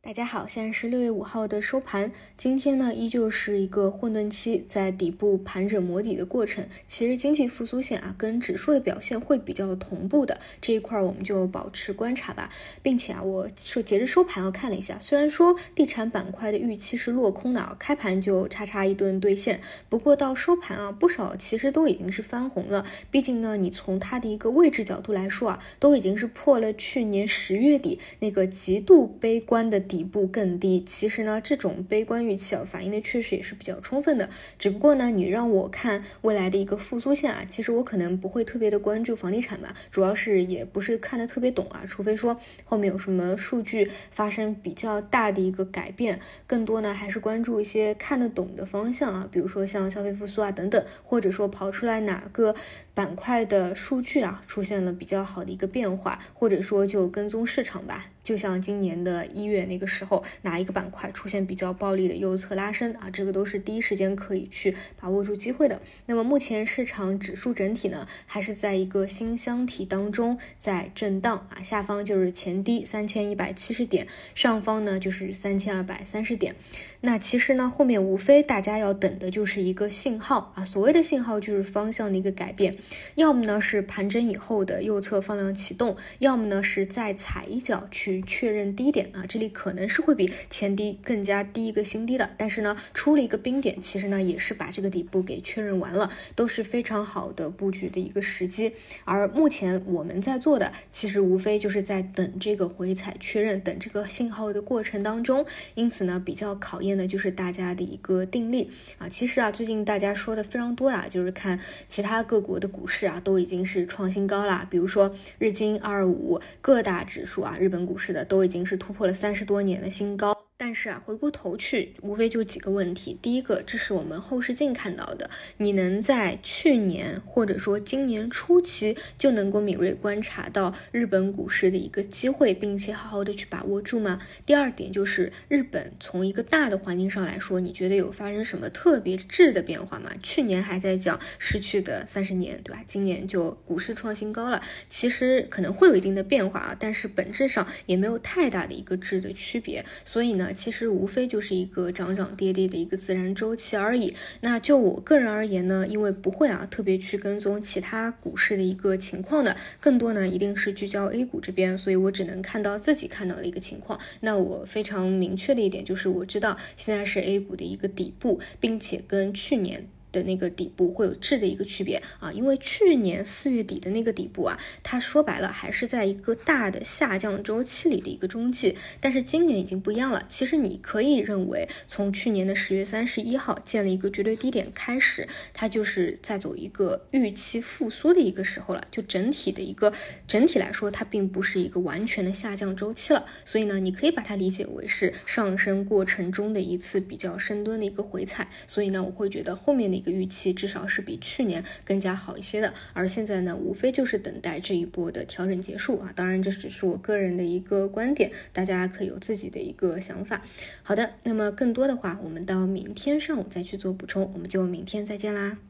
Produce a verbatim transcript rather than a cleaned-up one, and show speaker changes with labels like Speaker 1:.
Speaker 1: 大家好，现在是六月五号的收盘。今天呢，依旧是一个混沌期，在底部盘整磨底的过程。其实经济复苏线啊，跟指数的表现会比较同步的，这一块我们就保持观察吧。并且啊，我说截至收盘我看了一下，虽然说地产板块的预期是落空的啊，开盘就叉叉一顿兑现，不过到收盘啊，不少其实都已经是翻红了。毕竟呢，你从它的一个位置角度来说啊，都已经是破了去年十月底那个极度悲观的底。底部更低，其实呢，这种悲观预期啊，反映的确实也是比较充分的。只不过呢，你让我看未来的一个复苏线啊，其实我可能不会特别的关注房地产吧，主要是也不是看得特别懂啊，除非说后面有什么数据发生比较大的一个改变，更多呢还是关注一些看得懂的方向啊，比如说像消费复苏啊等等，或者说跑出来哪个板块的数据啊出现了比较好的一个变化，或者说就跟踪市场吧，就像今年的一月那个时候哪一个板块出现比较暴力的右侧拉升啊，这个都是第一时间可以去把握住机会的。那么目前市场指数整体呢还是在一个新箱体当中在震荡啊，下方就是前低三千一百七十点，上方呢就是三千二百三十点。那其实呢后面无非大家要等的就是一个信号啊，所谓的信号就是方向的一个改变，要么呢是盘整以后的右侧放量启动，要么呢是再踩一脚去确认低点啊，这里可能是会比前低更加低一个新低的，但是呢出了一个冰点，其实呢也是把这个底部给确认完了，都是非常好的布局的一个时机。而目前我们在做的其实无非就是在等这个回踩确认，等这个信号的过程当中，因此呢比较考验的就是大家的一个定力啊。其实啊最近大家说的非常多啊，就是看其他各国的股市啊都已经是创新高啦，比如说日经二二五各大指数啊，日本股市的都已经是突破了三十多年的新高。但是啊，回过头去，无非就几个问题。第一个，这是我们后视镜看到的，你能在去年或者说今年初期就能够敏锐观察到日本股市的一个机会，并且好好的去把握住吗？第二点就是日本从一个大的环境上来说，你觉得有发生什么特别质的变化吗？去年还在讲失去的三十年，对吧？今年就股市创新高了，其实可能会有一定的变化啊，但是本质上也没有太大的一个质的区别，所以呢。其实无非就是一个涨涨跌跌的一个自然周期而已。那就我个人而言呢，因为不会啊特别去跟踪其他股市的一个情况的，更多呢一定是聚焦 A 股这边，所以我只能看到自己看到的一个情况。那我非常明确的一点就是我知道现在是 A 股的一个底部，并且跟去年的那个底部会有质的一个区别啊，因为去年四月底的那个底部啊，它说白了还是在一个大的下降周期里的一个中继，但是今年已经不一样了。其实你可以认为，从去年的十月三十一号建了一个绝对低点开始，它就是在走一个预期复苏的一个时候了。就整体的一个整体来说，它并不是一个完全的下降周期了，所以呢，你可以把它理解为是上升过程中的一次比较深蹲的一个回踩。所以呢，我会觉得后面的一个预期至少是比去年更加好一些的，而现在呢无非就是等待这一波的调整结束啊，当然这只是我个人的一个观点，大家可以有自己的一个想法。好的，那么更多的话我们到明天上午再去做补充，我们就明天再见啦。